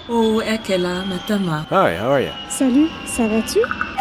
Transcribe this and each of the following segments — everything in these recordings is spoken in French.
Oh, Ekela, Matama. Hi, how are you? Salut, ça va-tu?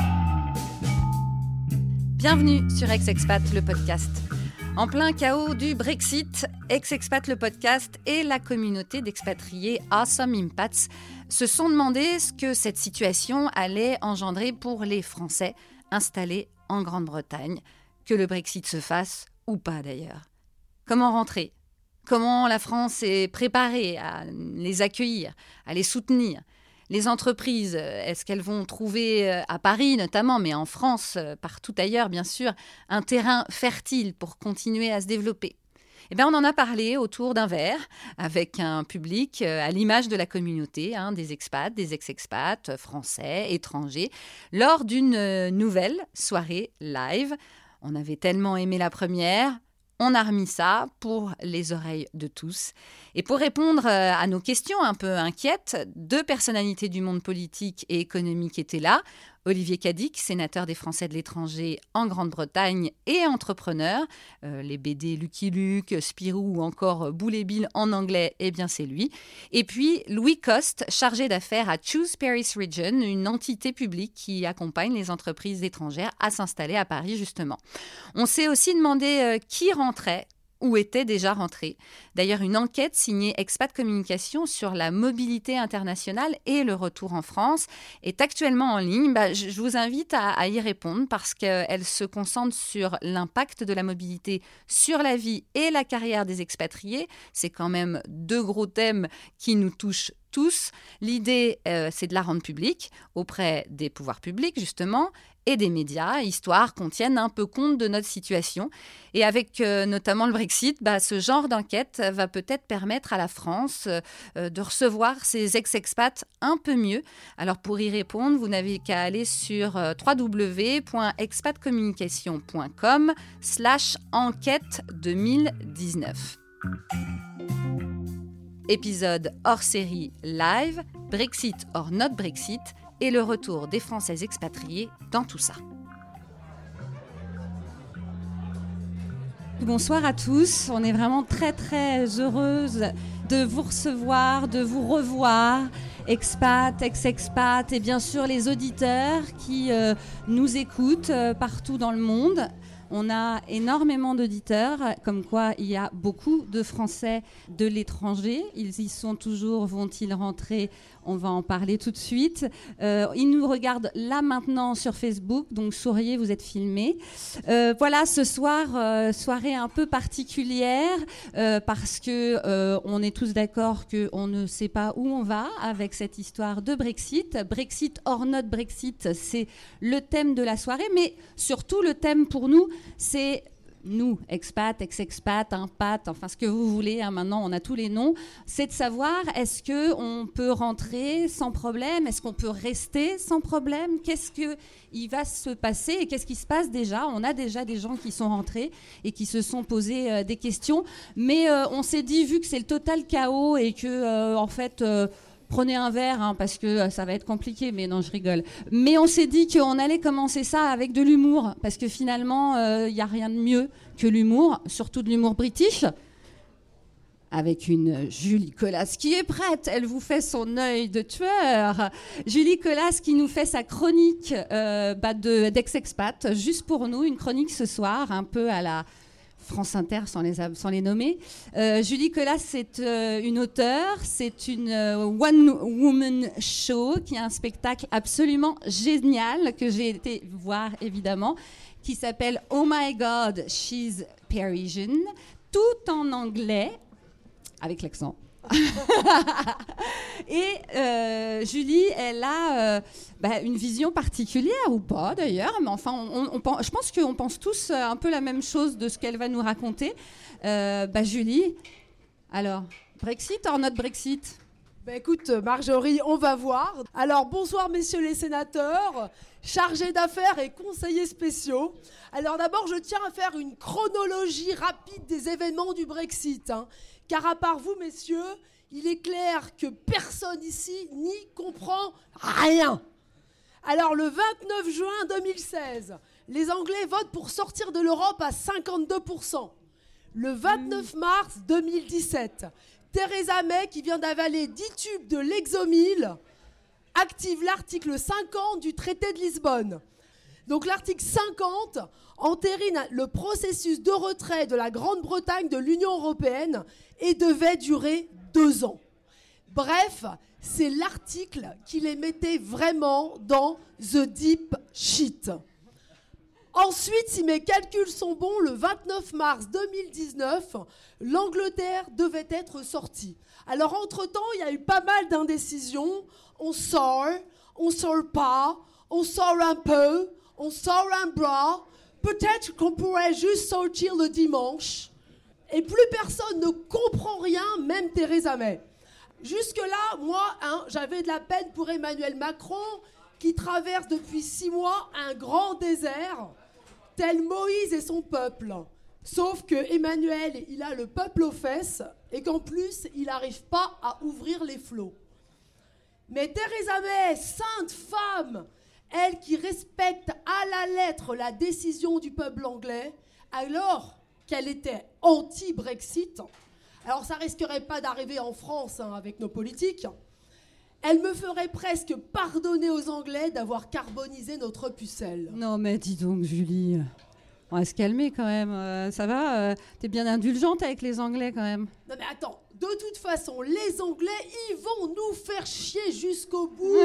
Bienvenue sur Ex-Expat, le podcast. En plein chaos du Brexit, Ex-Expat, le podcast et la communauté d'expatriés Awesome Impats se sont demandé ce que cette situation allait engendrer pour les Français installés en Grande-Bretagne, que le Brexit se fasse ou pas d'ailleurs. Comment rentrer ? Comment la France est préparée à les accueillir, à les soutenir ? Les entreprises, est-ce qu'elles vont trouver, à Paris notamment, mais en France, partout ailleurs bien sûr, un terrain fertile pour continuer à se développer ? Eh bien, on en a parlé autour d'un verre avec un public à l'image de la communauté, des expats, des ex-expats, français, étrangers, lors d'une nouvelle soirée live. On avait tellement aimé la première. On a remis ça pour les oreilles de tous. Et pour répondre à nos questions un peu inquiètes, deux personnalités du monde politique et économique étaient là. Olivier Cadic, sénateur des Français de l'étranger en Grande-Bretagne et entrepreneur. Les BD Lucky Luke, Spirou ou encore Boule Bill en anglais, eh bien c'est lui. Et puis Louis Coste, chargé d'affaires à Choose Paris Region, une entité publique qui accompagne les entreprises étrangères à s'installer à Paris justement. On s'est aussi demandé qui rentrait ou était déjà rentré. D'ailleurs, une enquête signée Expat Communication sur la mobilité internationale et le retour en France est actuellement en ligne. Je vous invite à y répondre parce qu'elle se concentre sur l'impact de la mobilité sur la vie et la carrière des expatriés. C'est quand même deux gros thèmes qui nous touchent tous. L'idée, c'est de la rendre publique auprès des pouvoirs publics, justement, et des médias, histoire qu'on tienne un peu compte de notre situation. Et avec notamment le Brexit, ce genre d'enquête va peut-être permettre à la France de recevoir ses ex-expats un peu mieux. Alors pour y répondre, vous n'avez qu'à aller sur www.expatcommunication.com/enquête 2019. Épisode hors série live, Brexit or not Brexit, et le retour des Français expatriés dans tout ça. Bonsoir à tous, on est vraiment très très heureuse de vous recevoir, de vous revoir, expats, ex-expats et bien sûr les auditeurs qui nous écoutent partout dans le monde. On a énormément d'auditeurs, comme quoi il y a beaucoup de Français de l'étranger. Ils y sont toujours, vont-ils rentrer ? On va en parler tout de suite. Ils nous regardent là maintenant sur Facebook, donc souriez, vous êtes filmés. Voilà, ce soir, soirée un peu particulière parce que on est tous d'accord qu'on ne sait pas où on va avec cette histoire de Brexit. Brexit or not Brexit, c'est le thème de la soirée, mais surtout le thème pour nous, c'est nous, expats, ex-expats, impats, enfin ce que vous voulez, maintenant on a tous les noms, c'est de savoir est-ce qu'on peut rentrer sans problème, est-ce qu'on peut rester sans problème, qu'est-ce qu'il va se passer et qu'est-ce qui se passe déjà. On a déjà des gens qui sont rentrés et qui se sont posés des questions, mais on s'est dit, vu que c'est le total chaos et que en fait... Prenez un verre parce que ça va être compliqué, mais non, je rigole. Mais on s'est dit qu'on allait commencer ça avec de l'humour, parce que finalement, il n'y a rien de mieux que l'humour, surtout de l'humour british. Avec une Julie Colas qui est prête, elle vous fait son œil de tueur. Julie Colas qui nous fait sa chronique d'ex-expat, juste pour nous, une chronique ce soir, un peu à la... France Inter sans les nommer. Julie Colas, c'est une auteure, c'est une one-woman show qui est un spectacle absolument génial que j'ai été voir évidemment, qui s'appelle Oh My God, She's Parisian, tout en anglais, avec l'accent. Et Julie, elle a une vision particulière ou pas d'ailleurs, mais enfin, je pense qu'on pense tous un peu la même chose de ce qu'elle va nous raconter. Julie, alors, Brexit or not Brexit ? Écoute, Marjorie, on va voir. Alors, bonsoir messieurs les sénateurs, chargés d'affaires et conseillers spéciaux. Alors d'abord, je tiens à faire une chronologie rapide des événements du Brexit, car à part vous, messieurs, il est clair que personne ici n'y comprend rien. Alors, le 29 juin 2016, les Anglais votent pour sortir de l'Europe à 52%. Le 29 mars 2017, Theresa May, qui vient d'avaler 10 tubes de Lexomil, active l'article 50 du traité de Lisbonne. Donc l'article 50 entérine le processus de retrait de la Grande-Bretagne de l'Union européenne et devait durer 2 ans. Bref, c'est l'article qui les mettait vraiment dans the deep shit. Ensuite, si mes calculs sont bons, le 29 mars 2019, l'Angleterre devait être sortie. Alors, entre-temps, il y a eu pas mal d'indécisions. On sort pas, on sort un peu, on sort un bras. Peut-être qu'on pourrait juste sortir le dimanche. Et plus personne ne comprend rien, même Theresa May. Jusque-là, moi, j'avais de la peine pour Emmanuel Macron, qui traverse depuis 6 mois un grand désert, tel Moïse et son peuple. Sauf que Emmanuel, il a le peuple aux fesses, et qu'en plus, il n'arrive pas à ouvrir les flots. Mais Theresa May, sainte femme, elle qui respecte à la lettre la décision du peuple anglais, alors qu'elle était anti-Brexit, alors ça risquerait pas d'arriver en France avec nos politiques, elle me ferait presque pardonner aux Anglais d'avoir carbonisé notre pucelle. Non mais dis donc Julie, on va se calmer quand même, ça va, t'es bien indulgente avec les Anglais quand même. Non mais attends, de toute façon, les Anglais, ils vont nous faire chier jusqu'au bout.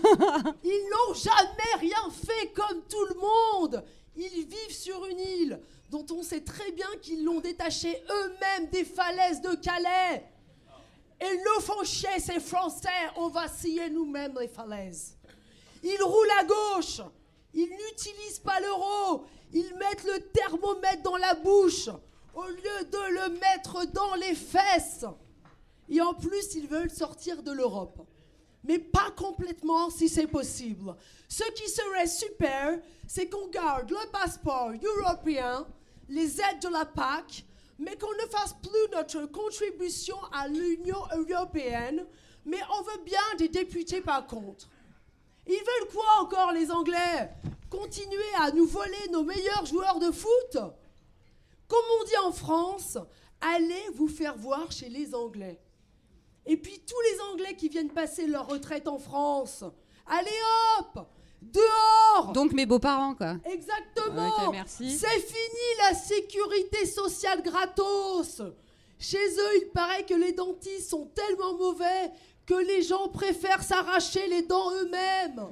Ils n'ont jamais rien fait comme tout le monde. Ils vivent sur une île dont on sait très bien qu'ils l'ont détachée eux-mêmes des falaises de Calais. Et nous font chier ces Français, on va scier nous-mêmes les falaises. Ils roulent à gauche, ils n'utilisent pas l'euro, ils mettent le thermomètre dans la bouche au lieu de le mettre dans les fesses. Et en plus, ils veulent sortir de l'Europe. Mais pas complètement si c'est possible. Ce qui serait super, c'est qu'on garde le passeport européen, les aides de la PAC, mais qu'on ne fasse plus notre contribution à l'Union européenne, mais on veut bien des députés par contre. Ils veulent quoi encore les Anglais? Continuer à nous voler nos meilleurs joueurs de foot? Comme on dit en France, allez vous faire voir chez les Anglais. Et puis tous les Anglais qui viennent passer leur retraite en France, allez hop, dehors. Donc mes beaux-parents quoi. Exactement. Ok, merci. C'est fini la sécurité sociale gratos. Chez eux, il paraît que les dentistes sont tellement mauvais que les gens préfèrent s'arracher les dents eux-mêmes.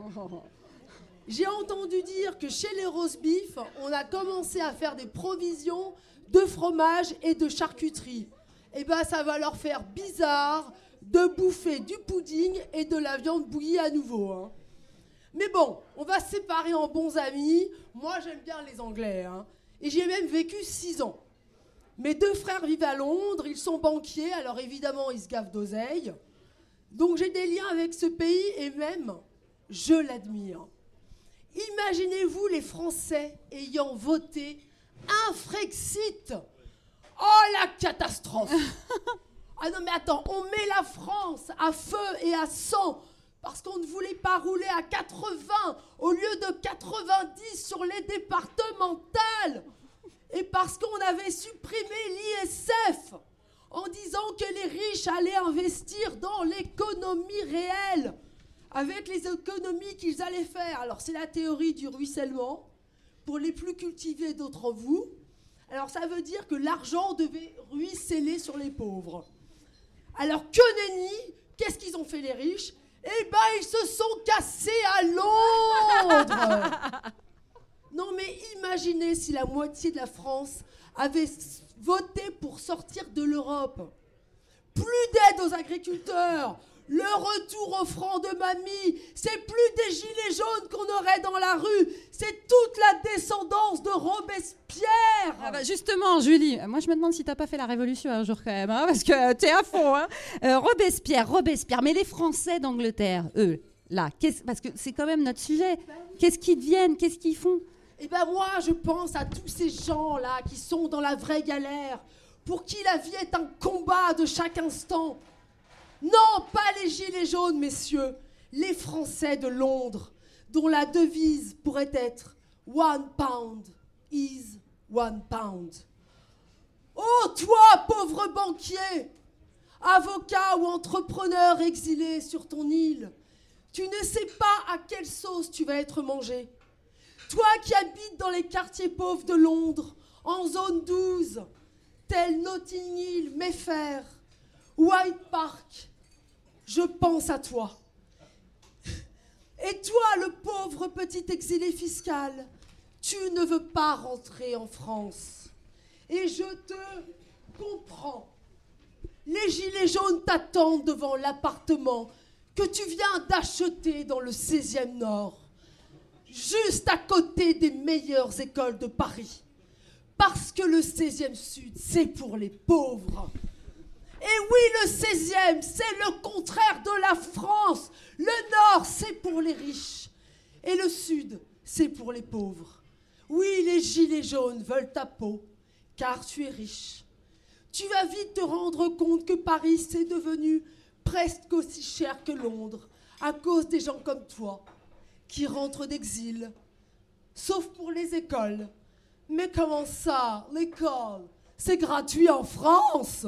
J'ai entendu dire que chez les roast beef, on a commencé à faire des provisions de fromage et de charcuterie. Eh bien, ça va leur faire bizarre de bouffer du pudding et de la viande bouillie à nouveau. Hein. Mais bon, on va se séparer en bons amis. Moi, j'aime bien les Anglais. Hein. Et j'ai même vécu 6 ans. Mes 2 frères vivent à Londres, ils sont banquiers, alors évidemment, ils se gavent d'oseille. Donc j'ai des liens avec ce pays et même, je l'admire. Imaginez-vous les Français ayant voté un Frexit. Oh, la catastrophe. Ah non, mais attends, on met la France à feu et à sang parce qu'on ne voulait pas rouler à 80 au lieu de 90 sur les départementales et parce qu'on avait supprimé l'ISF en disant que les riches allaient investir dans l'économie réelle avec les économies qu'ils allaient faire. Alors, c'est la théorie du ruissellement pour les plus cultivés d'entre vous. Alors, ça veut dire que l'argent devait ruisseler sur les pauvres. Alors, que nenni, qu'est-ce qu'ils ont fait les riches? Eh ben, ils se sont cassés à Londres. Non, mais imaginez si la moitié de la France avait voté pour sortir de l'Europe. Plus d'aide aux agriculteurs, le retour au franc de mamie, c'est plus des gilets jaunes qu'on aurait dans la rue, c'est toute la descendance de Robespierre. Ah bah justement, Julie, moi je me demande si t'as pas fait la révolution un jour quand même, hein, parce que t'es à fond. Hein. Robespierre, mais les Français d'Angleterre, eux, là, parce que c'est quand même notre sujet, qu'est-ce qu'ils deviennent, qu'est-ce qu'ils font? Eh ben moi, je pense à tous ces gens-là qui sont dans la vraie galère, pour qui la vie est un combat de chaque instant. Non, pas les gilets jaunes, messieurs, les Français de Londres, dont la devise pourrait être « One pound is one pound ». Oh, toi, pauvre banquier, avocat ou entrepreneur exilé sur ton île, tu ne sais pas à quelle sauce tu vas être mangé. Toi qui habites dans les quartiers pauvres de Londres, en zone 12, tel Notting Hill, Mayfair, Hyde Park, je pense à toi. Et toi, le pauvre petit exilé fiscal, tu ne veux pas rentrer en France. Et je te comprends. Les gilets jaunes t'attendent devant l'appartement que tu viens d'acheter dans le 16e Nord, juste à côté des meilleures écoles de Paris. Parce que le 16e Sud, c'est pour les pauvres. Et oui, le 16e, c'est le contraire de la France. Le Nord, c'est pour les riches. Et le Sud, c'est pour les pauvres. Oui, les gilets jaunes veulent ta peau, car tu es riche. Tu vas vite te rendre compte que Paris, c'est devenu presque aussi cher que Londres, à cause des gens comme toi, qui rentrent d'exil, sauf pour les écoles. Mais comment ça, l'école, c'est gratuit en France?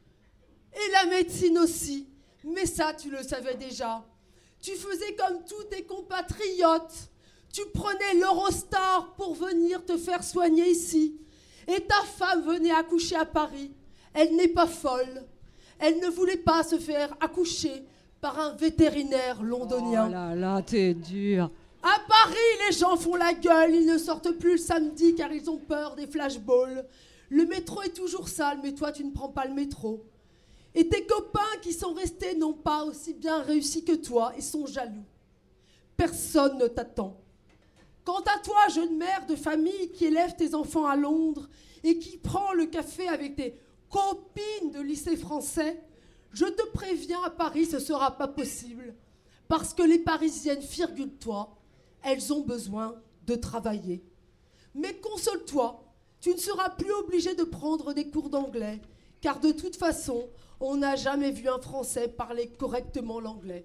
Et la médecine aussi. Mais ça, tu le savais déjà. Tu faisais comme tous tes compatriotes. Tu prenais l'Eurostar pour venir te faire soigner ici. Et ta femme venait accoucher à Paris. Elle n'est pas folle. Elle ne voulait pas se faire accoucher par un vétérinaire londonien. Oh là là, t'es dur. À Paris, les gens font la gueule. Ils ne sortent plus le samedi car ils ont peur des flashballs. Le métro est toujours sale, mais toi, tu ne prends pas le métro. Et tes copains qui sont restés n'ont pas aussi bien réussi que toi et sont jaloux. Personne ne t'attend. Quant à toi, jeune mère de famille qui élève tes enfants à Londres et qui prend le café avec tes copines de lycée français, je te préviens, à Paris, ce ne sera pas possible. Parce que les Parisiennes, figure-toi, elles ont besoin de travailler. Mais console-toi, tu ne seras plus obligé de prendre des cours d'anglais, car de toute façon, on n'a jamais vu un Français parler correctement l'anglais.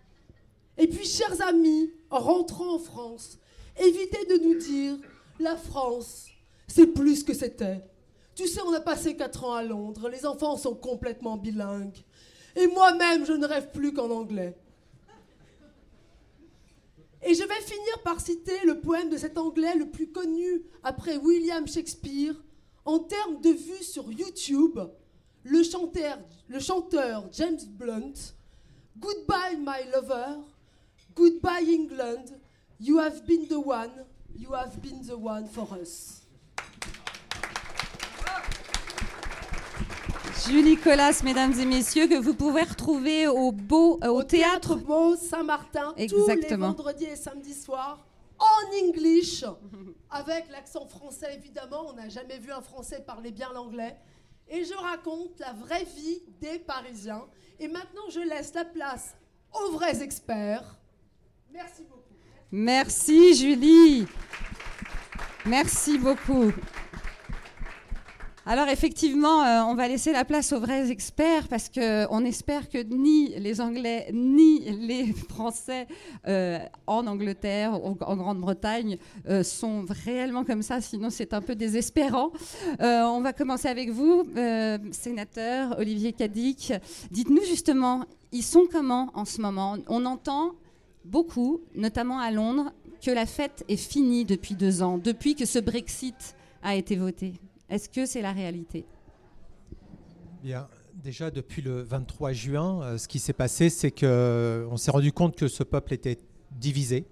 Et puis, chers amis, en rentrant en France, évitez de nous dire « La France, c'est plus que c'était. Tu sais, on a passé 4 ans à Londres, les enfants sont complètement bilingues. Et moi-même, je ne rêve plus qu'en anglais. » Et je vais finir par citer le poème de cet anglais le plus connu après William Shakespeare, en termes de vues sur YouTube, le chanteur James Blunt, « Goodbye my lover, goodbye England, you have been the one for us. » Julie Colas, mesdames et messieurs, que vous pouvez retrouver au Théâtre Beau Saint-Martin, tous les vendredis et samedis soirs, en English, avec l'accent français évidemment. On n'a jamais vu un Français parler bien l'anglais. Et je raconte la vraie vie des Parisiens. Et maintenant, je laisse la place aux vrais experts. Merci beaucoup. Merci Julie. Merci beaucoup. Alors effectivement, on va laisser la place aux vrais experts parce qu'on espère que ni les Anglais ni les Français en Angleterre, en Grande-Bretagne, sont réellement comme ça, sinon c'est un peu désespérant. On va commencer avec vous, sénateur Olivier Cadic. Dites-nous justement, ils sont comment en ce moment? On entend beaucoup, notamment à Londres, que la fête est finie depuis 2 ans, depuis que ce Brexit a été voté. Est-ce que c'est la réalité? Bien, déjà depuis le 23 juin, ce qui s'est passé, c'est qu'on s'est rendu compte que ce peuple était divisé.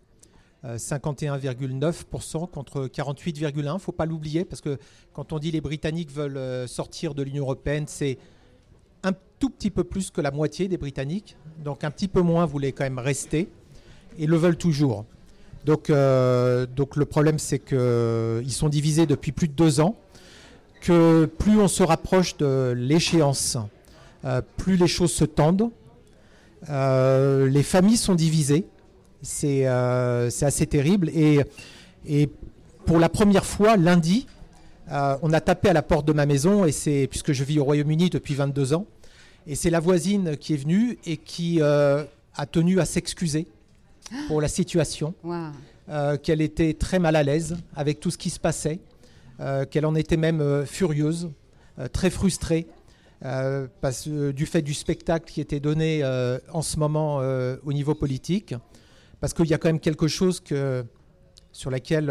51,9% contre 48,1%. Il ne faut pas l'oublier, parce que quand on dit les Britanniques veulent sortir de l'Union européenne, c'est un tout petit peu plus que la moitié des Britanniques. Donc un petit peu moins voulaient quand même rester et le veulent toujours. Donc le problème, c'est qu'ils sont divisés depuis plus de 2 ans. Que plus on se rapproche de l'échéance, plus les choses se tendent. Les familles sont divisées. C'est assez terrible. Et pour la première fois, lundi, on a tapé à la porte de ma maison, puisque je vis au Royaume-Uni depuis 22 ans. Et c'est la voisine qui est venue et qui a tenu à s'excuser pour la situation, qu'elle était très mal à l'aise avec tout ce qui se passait. Qu'elle en était même furieuse, très frustrée, du fait du spectacle qui était donné en ce moment au niveau politique, parce qu'il y a quand même quelque chose sur laquelle,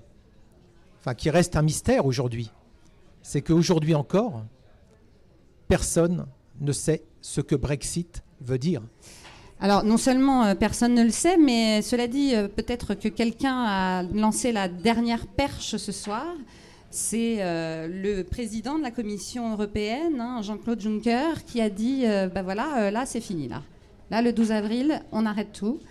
qui reste un mystère aujourd'hui. C'est qu'aujourd'hui encore, personne ne sait ce que Brexit veut dire. Alors, non seulement personne ne le sait, mais cela dit, peut-être que quelqu'un a lancé la dernière perche ce soir. C'est le président de la Commission européenne, Jean-Claude Juncker, qui a dit là, c'est fini. Là, le 12 avril, on arrête tout.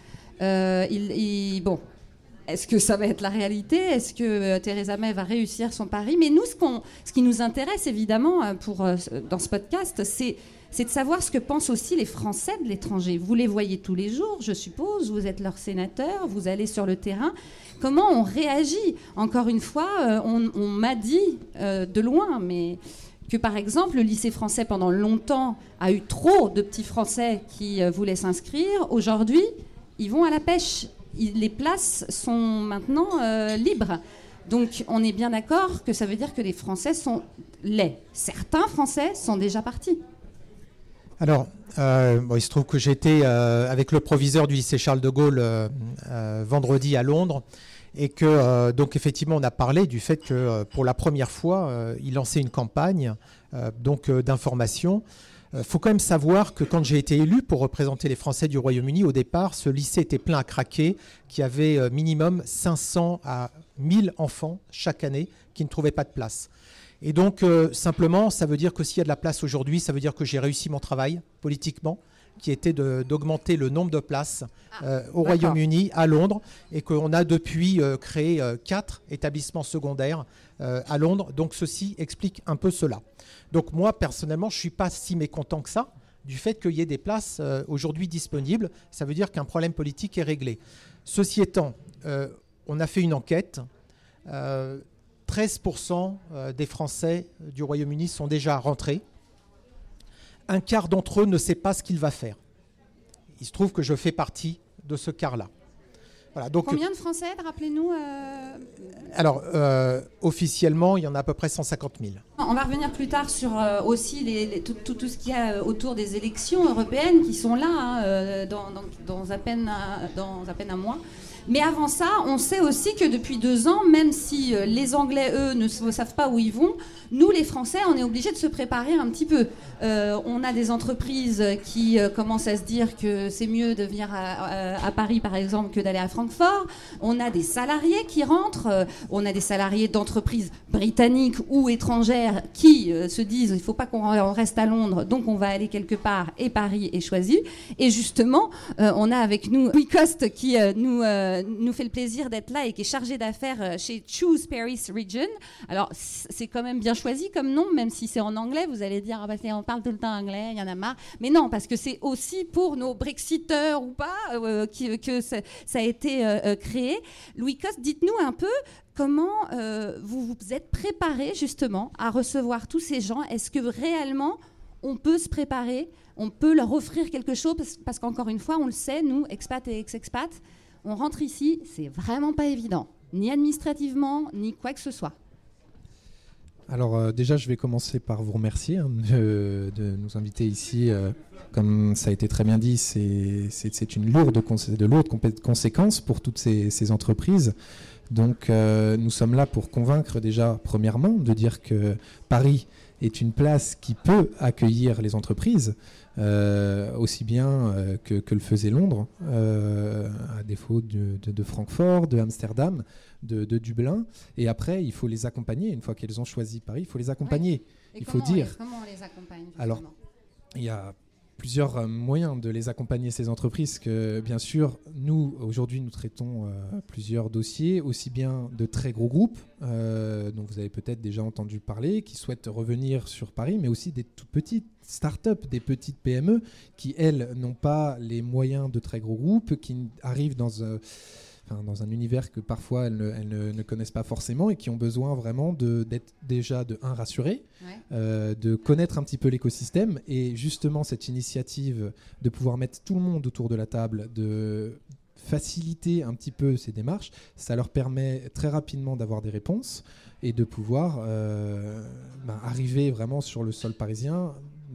Bon, est-ce que ça va être la réalité ? Est-ce que Theresa May va réussir son pari ? Mais nous, ce qui nous intéresse, évidemment, dans ce podcast, c'est de savoir ce que pensent aussi les Français de l'étranger. Vous les voyez tous les jours, je suppose, vous êtes leurs sénateurs, vous allez sur le terrain. Comment on réagit ? Encore une fois, on m'a dit de loin, mais que par exemple, le lycée français, pendant longtemps, a eu trop de petits Français qui voulaient s'inscrire. Aujourd'hui, ils vont à la pêche. Les places sont maintenant libres. Donc, on est bien d'accord que ça veut dire que les Français sont laids. Certains Français sont déjà partis. Alors, il se trouve que j'étais avec le proviseur du lycée Charles de Gaulle vendredi à Londres et que, donc, effectivement, on a parlé du fait que, pour la première fois, il lançait une campagne d'information. Faut quand même savoir que quand j'ai été élu pour représenter les Français du Royaume-Uni, au départ, ce lycée était plein à craquer, qui avait minimum 500 à 1000 enfants chaque année qui ne trouvaient pas de place. Et donc, simplement, ça veut dire que s'il y a de la place aujourd'hui, ça veut dire que j'ai réussi mon travail politiquement, qui était d'augmenter le nombre de places au Royaume-Uni, à Londres, et qu'on a depuis créé 4 établissements secondaires à Londres. Donc, ceci explique un peu cela. Donc, moi, personnellement, je ne suis pas si mécontent que ça du fait qu'il y ait des places aujourd'hui disponibles. Ça veut dire qu'un problème politique est réglé. Ceci étant, on a fait une enquête. 13% des Français du Royaume-Uni sont déjà rentrés. Un quart d'entre eux ne sait pas ce qu'il va faire. Il se trouve que je fais partie de ce quart-là. Voilà, donc, combien de Français, rappelez-nous Alors, officiellement, il y en a à peu près 150 000. On va revenir plus tard sur aussi tout ce qu'il y a autour des élections européennes qui sont là dans à peine un mois. Mais avant ça, on sait aussi que depuis 2 ans, même si les Anglais, eux, ne savent pas où ils vont, nous, les Français, on est obligés de se préparer un petit peu. On a des entreprises qui commencent à se dire que c'est mieux de venir à Paris, par exemple, que d'aller à Francfort. On a des salariés qui rentrent. On a des salariés d'entreprises britanniques ou étrangères qui se disent il ne faut pas qu'on reste à Londres, donc on va aller quelque part, et Paris est choisi. Et justement, on a avec nous Louis Coste qui nous fait le plaisir d'être là et qui est chargé d'affaires chez Choose Paris Region. Alors, c'est quand même bien choisi comme nom, même si c'est en anglais. Vous allez dire, on parle tout le temps anglais, il y en a marre. Mais non, parce que c'est aussi pour nos Brexiteurs ou pas que ça a été créé. Louis Coste, dites-nous un peu comment vous vous êtes préparé justement à recevoir tous ces gens. Est-ce que réellement on peut se préparer, on peut leur offrir quelque chose parce qu'encore une fois, on le sait, nous, expats et ex-expats, on rentre ici, c'est vraiment pas évident, ni administrativement, ni quoi que ce soit. Alors déjà, je vais commencer par vous remercier de nous inviter ici. Comme ça a été très bien dit, c'est une lourde conséquences pour toutes ces entreprises. Donc nous sommes là pour convaincre déjà, premièrement, de dire que Paris est une place qui peut accueillir les entreprises, aussi bien que le faisait Londres, à défaut de Francfort, de Amsterdam, de Dublin. Et après, il faut les accompagner. Une fois qu'elles ont choisi Paris, il faut les accompagner. Ouais. Il faut dire. Comment on les accompagne justement ? Alors, il y a plusieurs moyens de les accompagner, ces entreprises, que bien sûr, nous, aujourd'hui, nous traitons plusieurs dossiers, aussi bien de très gros groupes, dont vous avez peut-être déjà entendu parler, qui souhaitent revenir sur Paris, mais aussi des toutes petites start-up, des petites PME, qui, elles, n'ont pas les moyens de très gros groupes, qui arrivent dans un univers que parfois elles ne connaissent pas forcément et qui ont besoin vraiment d'être déjà rassurées, de connaître un petit peu l'écosystème. Et justement, cette initiative de pouvoir mettre tout le monde autour de la table, de faciliter un petit peu ces démarches, ça leur permet très rapidement d'avoir des réponses et de pouvoir arriver vraiment sur le sol parisien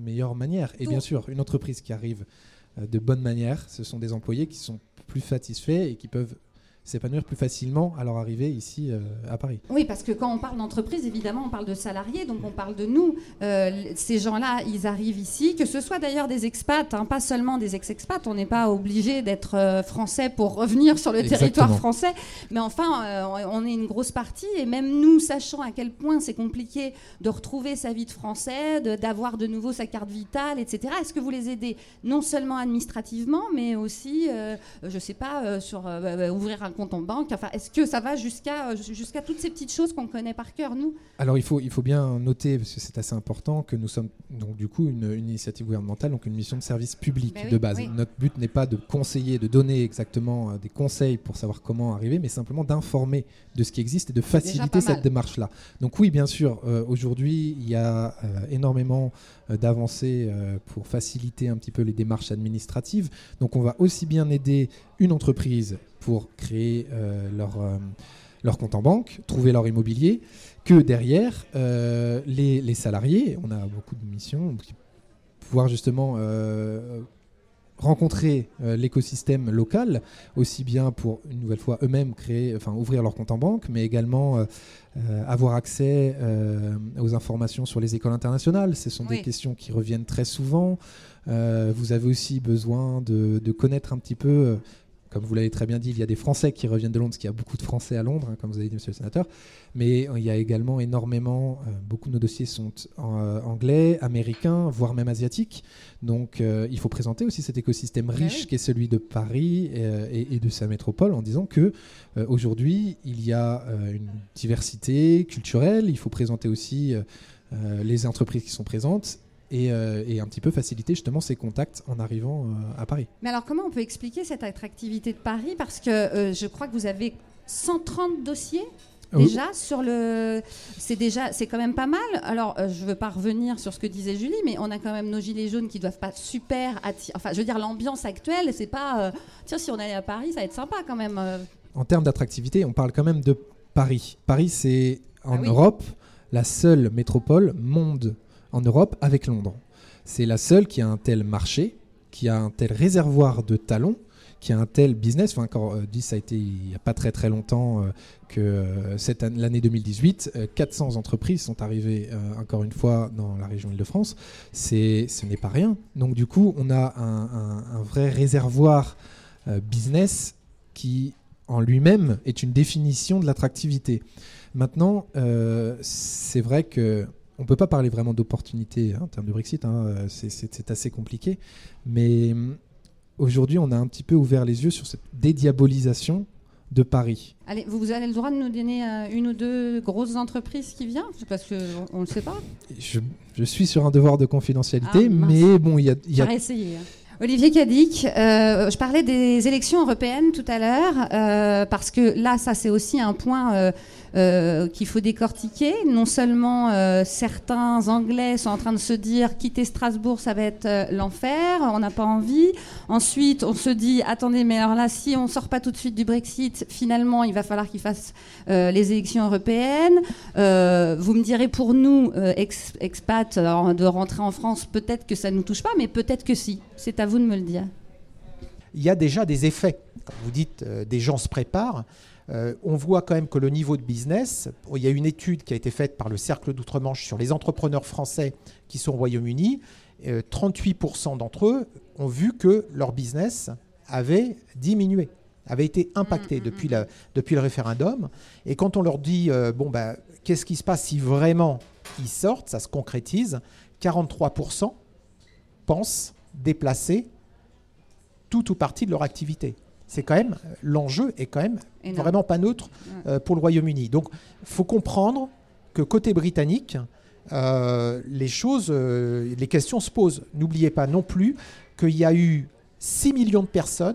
meilleure manière. Et bien sûr, une entreprise qui arrive de bonne manière, ce sont des employés qui sont plus satisfaits et qui peuvent s'épanouir plus facilement à leur arrivée ici à Paris. Oui, parce que quand on parle d'entreprise, évidemment, on parle de salariés, donc on parle de nous. Ces gens-là, ils arrivent ici, que ce soit d'ailleurs des expats, pas seulement des ex-expats. On n'est pas obligé d'être français pour revenir sur le territoire français. Mais enfin, on est une grosse partie, et même nous, sachant à quel point c'est compliqué de retrouver sa vie de français, d'avoir de nouveau sa carte vitale, etc. Est-ce que vous les aidez non seulement administrativement, mais aussi, je ne sais pas, sur ouvrir un compte en banque, enfin, est-ce que ça va jusqu'à toutes ces petites choses qu'on connaît par cœur, nous ? Alors il faut bien noter, parce que c'est assez important, que nous sommes donc du coup une initiative gouvernementale, donc une mission de service public de base. Oui. Notre but n'est pas de conseiller, de donner exactement des conseils pour savoir comment arriver, mais simplement d'informer de ce qui existe et de faciliter cette démarche-là. Donc oui, bien sûr, aujourd'hui, il y a énormément d'avancées pour faciliter un petit peu les démarches administratives. Donc on va aussi bien aider une entreprise pour créer leur compte en banque, trouver leur immobilier, que derrière, les salariés, on a beaucoup de missions, pouvoir justement rencontrer l'écosystème local, aussi bien pour, une nouvelle fois, eux-mêmes ouvrir leur compte en banque, mais également avoir accès aux informations sur les écoles internationales. Ce sont des questions qui reviennent très souvent. Vous avez aussi besoin de connaître un petit peu... Comme vous l'avez très bien dit, il y a des Français qui reviennent de Londres, parce qu'il y a beaucoup de Français à Londres, comme vous avez dit, monsieur le sénateur. Mais il y a également énormément, beaucoup de nos dossiers sont anglais, américains, voire même asiatiques. Donc il faut présenter aussi cet écosystème riche qui est celui de Paris et de sa métropole, en disant que aujourd'hui, il y a une diversité culturelle. Il faut présenter aussi les entreprises qui sont présentes. Et un petit peu faciliter justement ces contacts en arrivant à Paris. Mais alors comment on peut expliquer cette attractivité de Paris ? Parce que je crois que vous avez 130 dossiers déjà sur le... C'est quand même pas mal. Alors je ne veux pas revenir sur ce que disait Julie, mais on a quand même nos gilets jaunes qui ne doivent pas super attirer... Enfin je veux dire, l'ambiance actuelle, c'est pas... Tiens, si on allait à Paris, ça va être sympa quand même. En termes d'attractivité, on parle quand même de Paris. Paris, c'est en Europe la seule métropole monde en Europe avec Londres. C'est la seule qui a un tel marché, qui a un tel réservoir de talents, qui a un tel business. Enfin, encore dit, ça a été il n'y a pas très très longtemps que l'année 2018, 400 entreprises sont arrivées encore une fois dans la région Île-de-France. Ce n'est pas rien. Donc du coup, on a un vrai réservoir business qui en lui-même est une définition de l'attractivité. Maintenant, c'est vrai que on ne peut pas parler vraiment d'opportunité en termes de Brexit, c'est assez compliqué. Mais aujourd'hui, on a un petit peu ouvert les yeux sur cette dédiabolisation de Paris. Allez, vous avez le droit de nous donner une ou deux grosses entreprises qui viennent ? Parce qu'on ne le sait pas. Je suis sur un devoir de confidentialité, mais bon, il y a... J'aurais essayé. Olivier Cadic, je parlais des élections européennes tout à l'heure, parce que là, ça c'est aussi un point qu'il faut décortiquer. Non seulement certains Anglais sont en train de se dire quitter Strasbourg, ça va être l'enfer, on n'a pas envie. Ensuite, on se dit, attendez, mais alors là, si on ne sort pas tout de suite du Brexit, finalement, il va falloir qu'ils fassent les élections européennes. Vous me direz, pour nous, expats, de rentrer en France, peut-être que ça ne nous touche pas, mais peut-être que si. C'est à vous de me le dire. Il y a déjà des effets. Quand vous dites des gens se préparent, on voit quand même que le niveau de business, il y a une étude qui a été faite par le Cercle d'Outre-Manche sur les entrepreneurs français qui sont au Royaume-Uni. 38% d'entre eux ont vu que leur business avait diminué, avait été impacté depuis le référendum. Et quand on leur dit, qu'est-ce qui se passe si vraiment ils sortent, ça se concrétise, 43% pensent déplacer tout ou partie de leur activité. C'est quand même, l'enjeu est quand même vraiment pas neutre pour le Royaume-Uni. Donc, il faut comprendre que côté britannique, les questions se posent. N'oubliez pas non plus qu'il y a eu 6 millions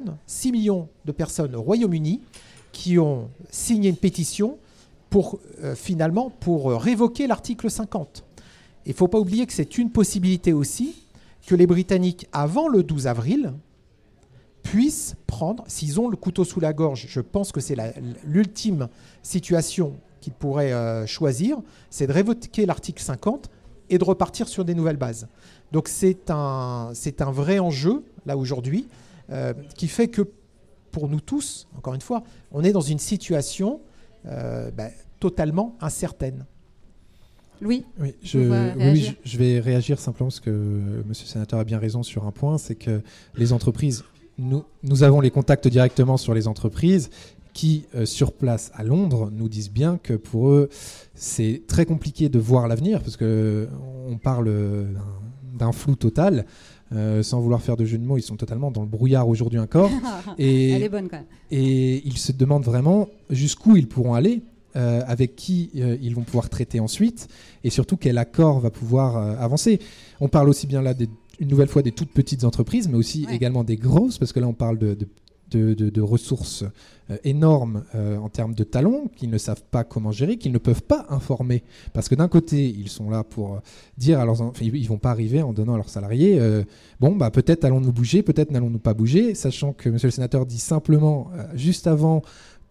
de personnes au Royaume-Uni qui ont signé une pétition pour révoquer l'article 50. Il ne faut pas oublier que c'est une possibilité aussi que les Britanniques, avant le 12 avril, puissent prendre, s'ils ont le couteau sous la gorge, je pense que c'est l'ultime situation qu'ils pourraient choisir, c'est de révoquer l'article 50 et de repartir sur des nouvelles bases. Donc c'est un vrai enjeu, là, aujourd'hui, qui fait que, pour nous tous, encore une fois, on est dans une situation totalement incertaine. Louis, oui, je vais réagir simplement parce que Monsieur le Sénateur a bien raison sur un point, c'est que les entreprises, nous avons les contacts directement sur les entreprises qui, sur place à Londres, nous disent bien que pour eux, c'est très compliqué de voir l'avenir parce qu'on parle d'un flou total. Sans vouloir faire de jeu de mots, ils sont totalement dans le brouillard aujourd'hui encore. Elle est bonne quand même. Et ils se demandent vraiment jusqu'où ils pourront aller. Avec qui ils vont pouvoir traiter ensuite et surtout quel accord va pouvoir avancer. On parle aussi bien là une nouvelle fois des toutes petites entreprises mais aussi également des grosses parce que là on parle de ressources énormes en termes de talents qu'ils ne savent pas comment gérer, qu'ils ne peuvent pas informer parce que d'un côté ils sont là pour dire ils vont pas arriver en donnant à leurs salariés peut-être allons-nous bouger, peut-être n'allons-nous pas bouger, sachant que Monsieur le Sénateur dit simplement juste avant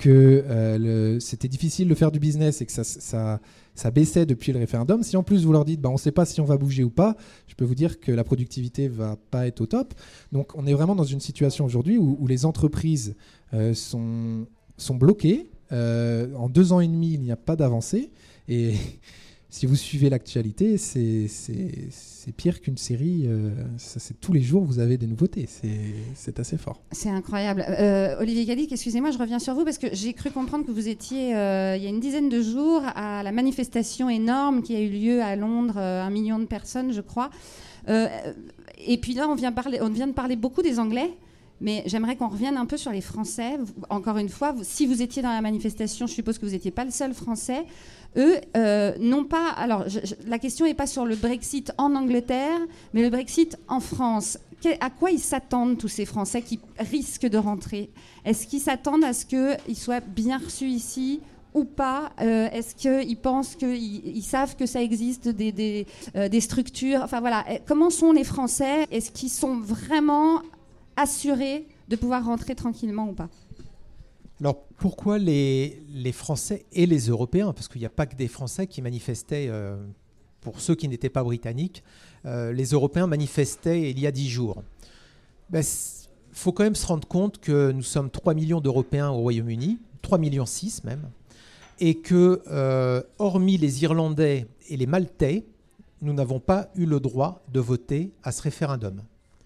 que c'était difficile de faire du business et que ça baissait depuis le référendum. Si en plus vous leur dites on ne sait pas si on va bouger ou pas, je peux vous dire que la productivité ne va pas être au top. Donc on est vraiment dans une situation aujourd'hui où les entreprises sont bloquées. En 2 ans et demi, il n'y a pas d'avancée. Et si vous suivez l'actualité, c'est pire qu'une série. C'est tous les jours, vous avez des nouveautés. C'est assez fort. C'est incroyable. Olivier Cadic, excusez-moi, je reviens sur vous parce que j'ai cru comprendre que vous étiez, il y a une dizaine de jours, à la manifestation énorme qui a eu lieu à Londres, 1 million de personnes, je crois. Et puis là, on vient de parler beaucoup des Anglais. Mais j'aimerais qu'on revienne un peu sur les Français. Encore une fois, si vous étiez dans la manifestation, je suppose que vous n'étiez pas le seul Français. Eux, non pas... Alors, la question n'est pas sur le Brexit en Angleterre, mais le Brexit en France. À quoi ils s'attendent, tous ces Français qui risquent de rentrer ? Est-ce qu'ils s'attendent à ce qu'ils soient bien reçus ici ou pas ? Est-ce qu'ils pensent qu'ils savent que ça existe des structures ? Enfin, voilà. Comment sont les Français ? Est-ce qu'ils sont vraiment assurés de pouvoir rentrer tranquillement ou pas ? Alors pourquoi les Français et les Européens ? Parce qu'il n'y a pas que des Français qui manifestaient, pour ceux qui n'étaient pas britanniques, les Européens manifestaient il y a 10 jours. Faut quand même se rendre compte que nous sommes 3 millions d'Européens au Royaume-Uni, 3,6 millions même, et que, hormis les Irlandais et les Maltais, nous n'avons pas eu le droit de voter à ce référendum.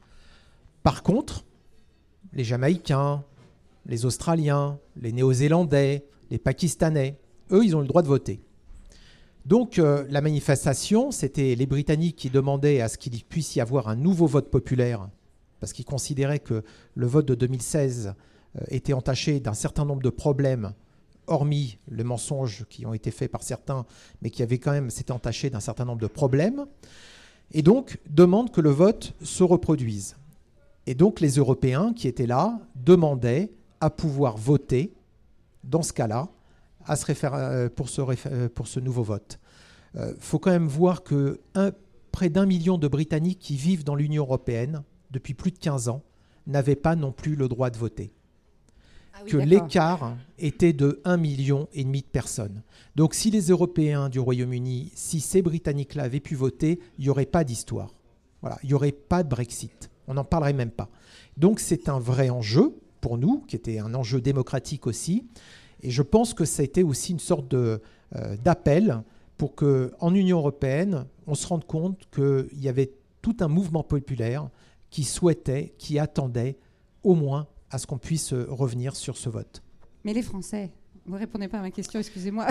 Par contre, les Jamaïcains, les Australiens, les Néo-Zélandais, les Pakistanais, eux, ils ont le droit de voter. Donc, la manifestation, c'était les Britanniques qui demandaient à ce qu'il puisse y avoir un nouveau vote populaire, parce qu'ils considéraient que le vote de 2016 était entaché d'un certain nombre de problèmes, hormis les mensonges qui ont été faits par certains, mais qui avaient quand même s'était entaché d'un certain nombre de problèmes, et donc demandent que le vote se reproduise. Et donc les Européens qui étaient là demandaient à pouvoir voter, dans ce cas-là, pour ce nouveau vote. Faut quand même voir que près d'1 million de Britanniques qui vivent dans l'Union européenne depuis plus de 15 ans n'avaient pas non plus le droit de voter. Que l'écart était de 1,5 million de personnes. Donc si les Européens du Royaume-Uni, si ces Britanniques-là avaient pu voter, il n'y aurait pas d'histoire. Voilà, il n'y aurait pas de Brexit. On n'en parlerait même pas. Donc c'est un vrai enjeu pour nous, qui était un enjeu démocratique aussi. Et je pense que ça a été aussi une sorte d'appel pour qu'en Union européenne, on se rende compte qu'il y avait tout un mouvement populaire qui souhaitait, qui attendait au moins à ce qu'on puisse revenir sur ce vote. Mais les Français, vous ne répondez pas à ma question, excusez-moi.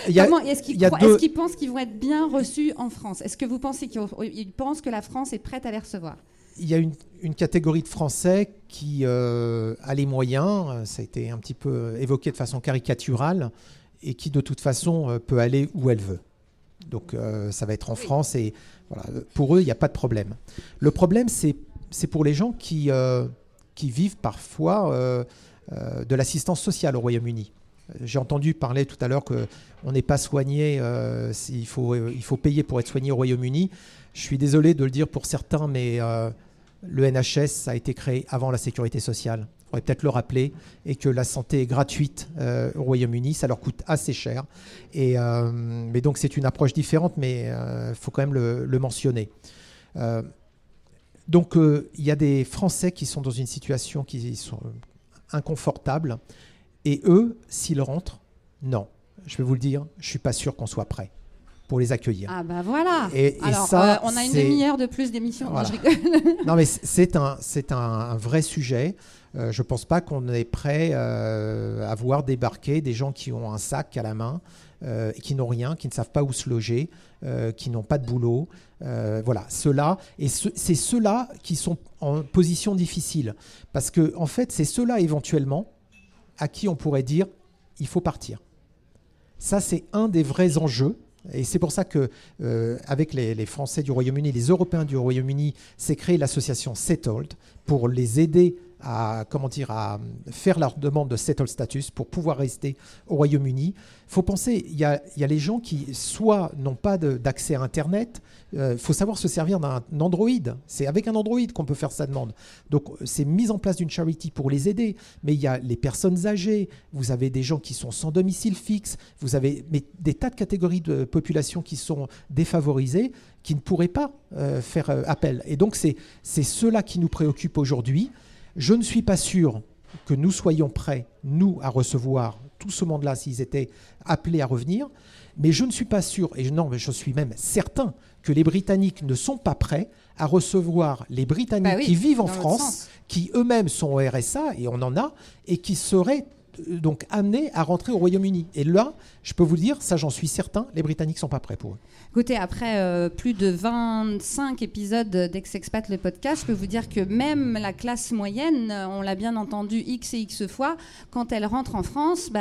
Est-ce qu'ils pensent qu'ils vont être bien reçus en France ? Est-ce que vous pensez qu'ils pensent que la France est prête à les recevoir ? Il y a une catégorie de Français qui a les moyens, ça a été un petit peu évoqué de façon caricaturale, et qui de toute façon peut aller où elle veut. Donc ça va être en France, et voilà, pour eux, il n'y a pas de problème. Le problème, c'est pour les gens qui vivent parfois de l'assistance sociale au Royaume-Uni. J'ai entendu parler tout à l'heure qu'on n'est pas soigné, il faut payer pour être soigné au Royaume-Uni. Je suis désolé de le dire pour certains, mais le NHS a été créé avant la sécurité sociale. faudrait peut-être le rappeler, et que la santé est gratuite au Royaume-Uni, ça leur coûte assez cher. Mais donc c'est une approche différente, mais il faut quand même le mentionner. Donc il y a des Français qui sont dans une situation qui sont inconfortables, et eux, s'ils rentrent, non, je vais vous le dire, je ne suis pas sûr qu'on soit prêt pour les accueillir. Ah bah voilà. Alors, ça, on a une demi-heure de plus d'émission. Voilà. Non, je rigole. Non, mais c'est un vrai sujet. Je ne pense pas qu'on est prêt à voir débarquer des gens qui ont un sac à la main, qui n'ont rien, qui ne savent pas où se loger, qui n'ont pas de boulot. Voilà, ceux-là. Et c'est ceux-là qui sont en position difficile. Parce que, en fait, c'est ceux-là éventuellement à qui on pourrait dire il faut partir. Ça, c'est un des vrais enjeux. Et c'est pour ça que, avec les Français du Royaume-Uni, les Européens du Royaume-Uni, s'est créée l'association Settled pour les aider à faire leur demande de settled status pour pouvoir rester au Royaume-Uni. Il faut penser, il y a les gens qui soit n'ont pas d'accès à Internet, il faut savoir se servir d'un Android. C'est avec un Android qu'on peut faire sa demande. Donc c'est mise en place d'une charity pour les aider. Mais il y a les personnes âgées, vous avez des gens qui sont sans domicile fixe, vous avez des tas de catégories de population qui sont défavorisées, qui ne pourraient pas faire appel. Et donc c'est ceux-là qui nous préoccupent aujourd'hui. Je ne suis pas sûr que nous soyons prêts, nous, à recevoir tout ce monde-là s'ils étaient appelés à revenir, mais je ne suis pas sûr, mais je suis même certain que les Britanniques ne sont pas prêts à recevoir les Britanniques qui vivent en France, qui eux-mêmes sont au RSA, et on en a, et qui seraient donc amenés à rentrer au Royaume-Uni. Et là, je peux vous le dire, ça j'en suis certain, les Britanniques ne sont pas prêts pour eux. Écoutez, après plus de 25 épisodes d'Ex-Expat, le podcast, je peux vous dire que même la classe moyenne, on l'a bien entendu X et X fois, quand elle rentre en France,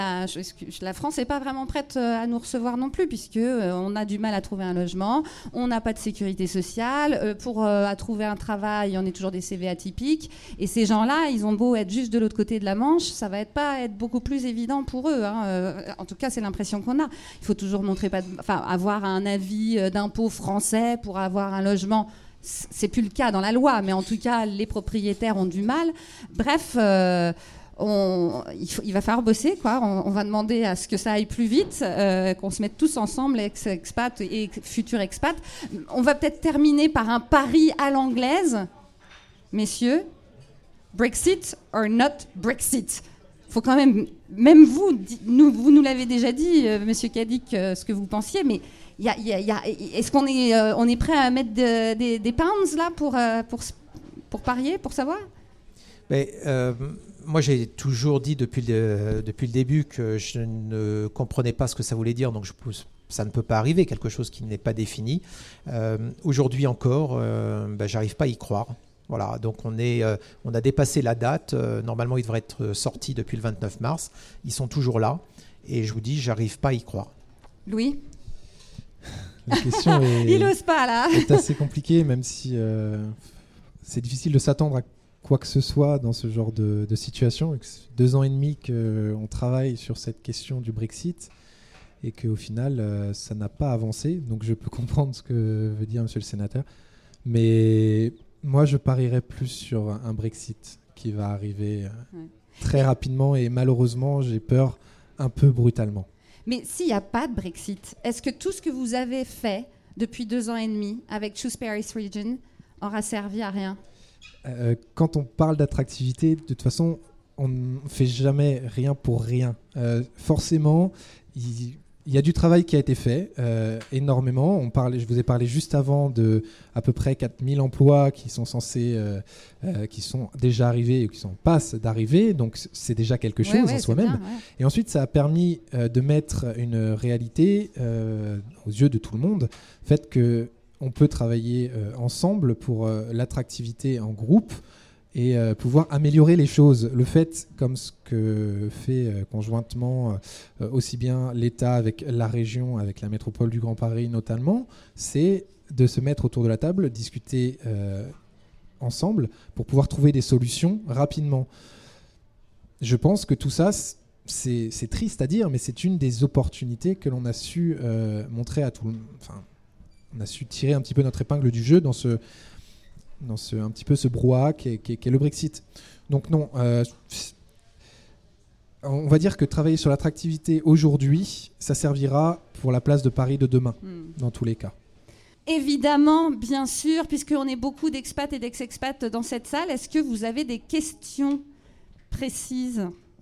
la France n'est pas vraiment prête à nous recevoir non plus, puisqu'on a du mal à trouver un logement, on n'a pas de sécurité sociale, pour à trouver un travail, on est toujours des CV atypiques, et ces gens-là, ils ont beau être juste de l'autre côté de la Manche, ça va pas être beaucoup plus évident pour eux. En tout cas, c'est l'impression qu'on a. Il faut toujours avoir un avis d'impôt français pour avoir un logement. C'est plus le cas dans la loi, mais en tout cas, les propriétaires ont du mal. Bref, il va falloir bosser, quoi. On va demander à ce que ça aille plus vite, qu'on se mette tous ensemble, ex-expat et futurs expats. On va peut-être terminer par un pari à l'anglaise. Messieurs, Brexit or not Brexit? Faut quand même vous nous l'avez déjà dit, Monsieur Cadic, ce que vous pensiez, mais est-ce qu'on est prêt à mettre des pounds là pour parier, pour savoir? Mais, moi, j'ai toujours dit depuis le début que je ne comprenais pas ce que ça voulait dire, donc ça ne peut pas arriver, quelque chose qui n'est pas défini. Aujourd'hui encore, j'arrive pas à y croire. Voilà, donc on a dépassé la date. Normalement, ils devraient être sortis depuis le 29 mars. Ils sont toujours là. Et je vous dis, j'arrive pas à y croire. Louis? La question il n'ose pas, là. est assez compliquée, même si c'est difficile de s'attendre à quoi que ce soit dans ce genre de situation. 2 ans et demi qu'on travaille sur cette question du Brexit et qu'au final, ça n'a pas avancé. Donc je peux comprendre ce que veut dire Monsieur le Sénateur. Mais moi, je parierais plus sur un Brexit qui va arriver très rapidement et malheureusement, j'ai peur, un peu brutalement. Mais s'il n'y a pas de Brexit, est-ce que tout ce que vous avez fait depuis 2 ans et demi avec Shrewsbury Region aura servi à rien? Quand on parle d'attractivité, de toute façon, on ne fait jamais rien pour rien. Forcément, il y a du travail qui a été fait, énormément. Je vous ai parlé juste avant de à peu près 4000 emplois qui sont qui sont déjà arrivés et qui sont passe d'arriver. Donc c'est déjà quelque chose en soi-même. Bien, ouais. Et ensuite, ça a permis de mettre une réalité aux yeux de tout le monde, fait que on peut travailler ensemble pour l'attractivité en groupe et pouvoir améliorer les choses. Le fait, comme ce que fait conjointement aussi bien l'État avec la région, avec la métropole du Grand Paris notamment, c'est de se mettre autour de la table, discuter ensemble pour pouvoir trouver des solutions rapidement. Je pense que tout ça, c'est triste à dire, mais c'est une des opportunités que l'on a su montrer à tout le monde. Enfin, on a su tirer un petit peu notre épingle du jeu dans dans un petit peu ce brouhaha qu'est le Brexit. Donc non, on va dire que travailler sur l'attractivité aujourd'hui, ça servira pour la place de Paris de demain, dans tous les cas. Évidemment, bien sûr, puisqu'on est beaucoup d'expats et d'ex-expats dans cette salle, est-ce que vous avez des questions précises ?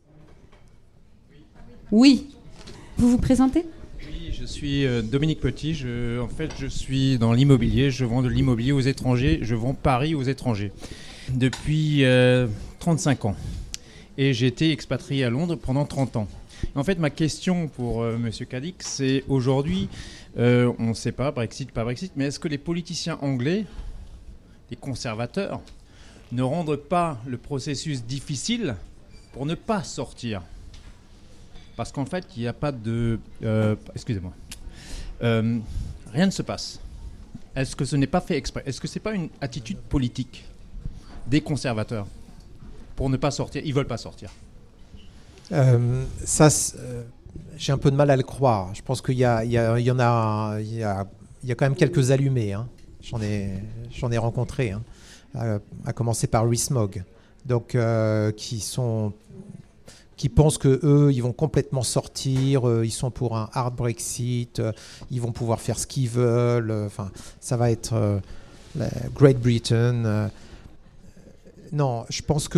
Oui. Vous vous présentez ? Oui, je suis Dominique Petit. En fait, je suis dans l'immobilier. Je vends de l'immobilier aux étrangers. Je vends Paris aux étrangers depuis 35 ans. Et j'ai été expatrié à Londres pendant 30 ans. En fait, ma question pour M. Cadic, c'est aujourd'hui, on ne sait pas, Brexit, pas Brexit, mais est-ce que les politiciens anglais, les conservateurs, ne rendent pas le processus difficile pour ne pas sortir ? Parce qu'en fait, il n'y a pas de... excusez-moi. Rien ne se passe. Est-ce que ce n'est pas fait exprès ? Est-ce que ce n'est pas une attitude politique des conservateurs pour ne pas sortir ? Ils ne veulent pas sortir. J'ai un peu de mal à le croire. Je pense qu'il y a quand même quelques allumés. Hein. J'en ai rencontré, hein. À commencer par Rees-Mogg, donc qui pensent que eux, ils vont complètement sortir. Ils sont pour un hard Brexit. Ils vont pouvoir faire ce qu'ils veulent. Enfin, ça va être Great Britain. Non, je pense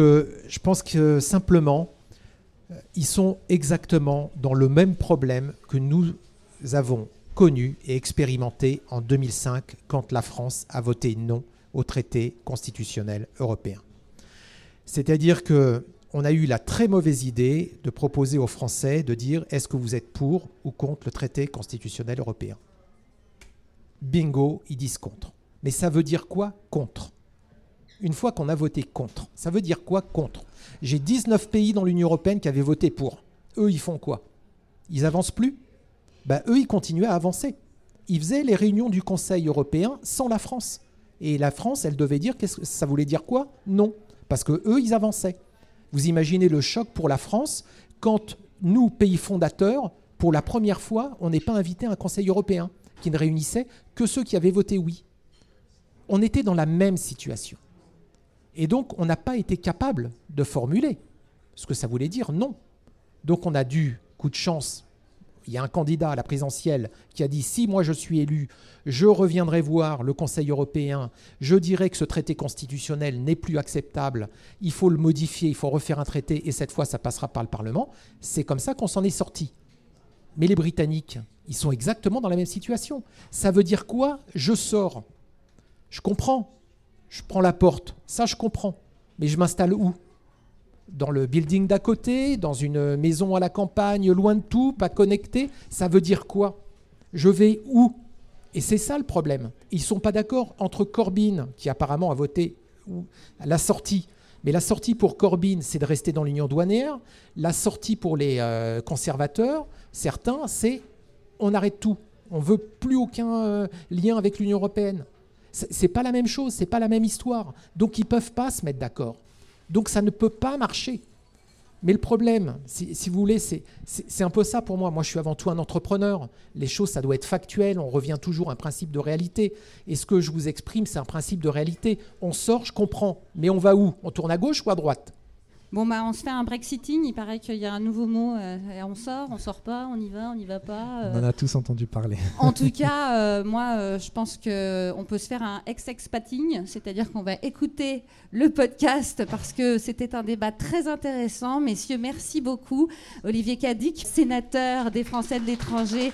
que simplement, ils sont exactement dans le même problème que nous avons connu et expérimenté en 2005 quand la France a voté non au traité constitutionnel européen. C'est-à-dire qu'on a eu la très mauvaise idée de proposer aux Français de dire « Est-ce que vous êtes pour ou contre le traité constitutionnel européen ?» Bingo, ils disent contre. Mais ça veut dire quoi, contre ? Une fois qu'on a voté contre, ça veut dire quoi, contre ? J'ai 19 pays dans l'Union européenne qui avaient voté pour. Eux, ils font quoi ? Ils avancent plus ? Eux, ils continuaient à avancer. Ils faisaient les réunions du Conseil européen sans la France. Et la France, elle devait dire, ça voulait dire quoi ? Non. Parce qu'eux, ils avançaient. Vous imaginez le choc pour la France quand nous, pays fondateurs, pour la première fois, on n'est pas invité à un Conseil européen qui ne réunissait que ceux qui avaient voté oui. On était dans la même situation. Et donc, on n'a pas été capable de formuler ce que ça voulait dire non. Donc, on a dû, coup de chance, il y a un candidat à la présidentielle qui a dit « Si moi je suis élu, je reviendrai voir le Conseil européen, je dirai que ce traité constitutionnel n'est plus acceptable, il faut le modifier, il faut refaire un traité et cette fois ça passera par le Parlement ». C'est comme ça qu'on s'en est sorti. Mais les Britanniques, ils sont exactement dans la même situation. Ça veut dire quoi ? Je sors. Je comprends. Je prends la porte, ça je comprends. Mais je m'installe où ? Dans le building d'à côté, dans une maison à la campagne, loin de tout, pas connecté. Ça veut dire quoi ? Je vais où ? Et c'est ça le problème. Ils ne sont pas d'accord entre Corbyn, qui apparemment a voté la sortie. Mais la sortie pour Corbyn, c'est de rester dans l'union douanière. La sortie pour les conservateurs, certains, c'est on arrête tout. On ne veut plus aucun lien avec l'Union européenne. C'est pas la même chose, c'est pas la même histoire. Donc ils peuvent pas se mettre d'accord. Donc ça ne peut pas marcher. Mais le problème, si vous voulez, c'est un peu ça pour moi. Moi, je suis avant tout un entrepreneur. Les choses, ça doit être factuel. On revient toujours à un principe de réalité. Et ce que je vous exprime, c'est un principe de réalité. On sort, je comprends. Mais on va où ? On tourne à gauche ou à droite ? Bon, on se fait un Brexiting. Il paraît qu'il y a un nouveau mot. On sort pas, on y va pas. On en a tous entendu parler. En tout cas, moi, je pense qu'on peut se faire un ex-expating, c'est-à-dire qu'on va écouter le podcast parce que c'était un débat très intéressant. Messieurs, merci beaucoup. Olivier Cadic, sénateur des Français de l'étranger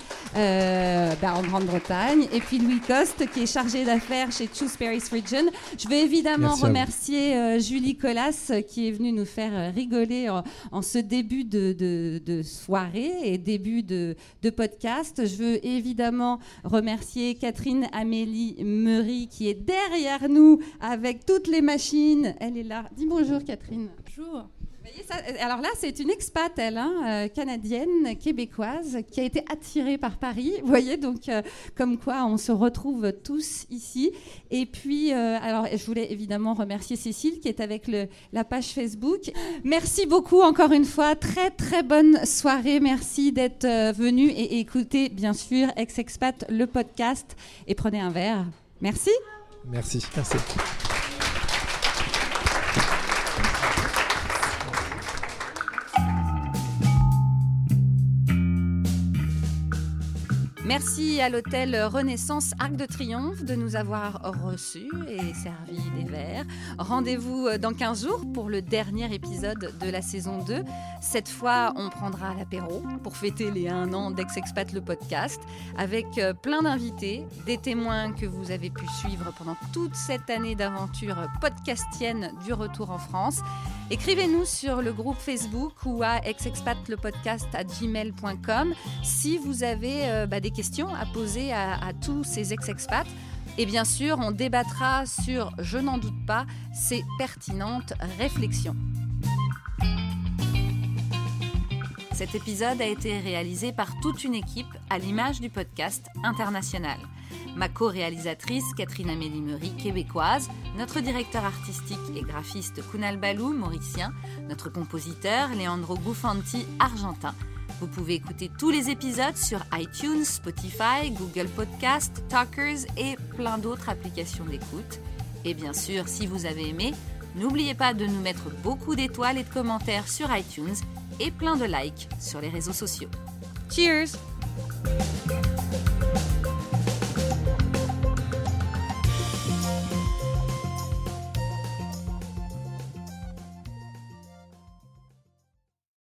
en Grande-Bretagne, et puis Louis Coste, qui est chargé d'affaires chez Shrewsbury's Region. Je veux évidemment remercier Julie Colas, qui est venue nous faire rigoler en ce début de soirée et début de podcast. Je veux évidemment remercier Catherine Amélie Meury qui est derrière nous avec toutes les machines. Elle est là. Dis bonjour Catherine. Bonjour. Vous voyez ça ? Alors là, c'est une expat, elle, canadienne, québécoise, qui a été attirée par Paris. Vous voyez, donc comme quoi on se retrouve tous ici. Et puis, alors, je voulais évidemment remercier Cécile qui est avec la page Facebook. Merci beaucoup encore une fois. Très, très bonne soirée. Merci d'être venu et écoutez, bien sûr, Ex-Expat, le podcast. Et prenez un verre. Merci. Merci. Merci. Merci à l'hôtel Renaissance Arc de Triomphe de nous avoir reçus et servi des verres. Rendez-vous dans 15 jours pour le dernier épisode de la saison 2. Cette fois, on prendra l'apéro pour fêter les 1 an d'Ex-Expat le podcast avec plein d'invités, des témoins que vous avez pu suivre pendant toute cette année d'aventure podcastienne du retour en France. Écrivez-nous sur le groupe Facebook ou à exexpatlepodcast@gmail.com si vous avez des questions à poser à tous ces ex-expats. Et bien sûr, on débattra sur, je n'en doute pas, ces pertinentes réflexions. Cet épisode a été réalisé par toute une équipe à l'image du podcast international. Ma co-réalisatrice Catherine Amélie Meury, québécoise, notre directeur artistique et graphiste Kunal Balou, mauricien, notre compositeur Leandro Gufanti, argentin. Vous pouvez écouter tous les épisodes sur iTunes, Spotify, Google Podcast, Talkers et plein d'autres applications d'écoute. Et bien sûr, si vous avez aimé, n'oubliez pas de nous mettre beaucoup d'étoiles et de commentaires sur iTunes et plein de likes sur les réseaux sociaux. Cheers!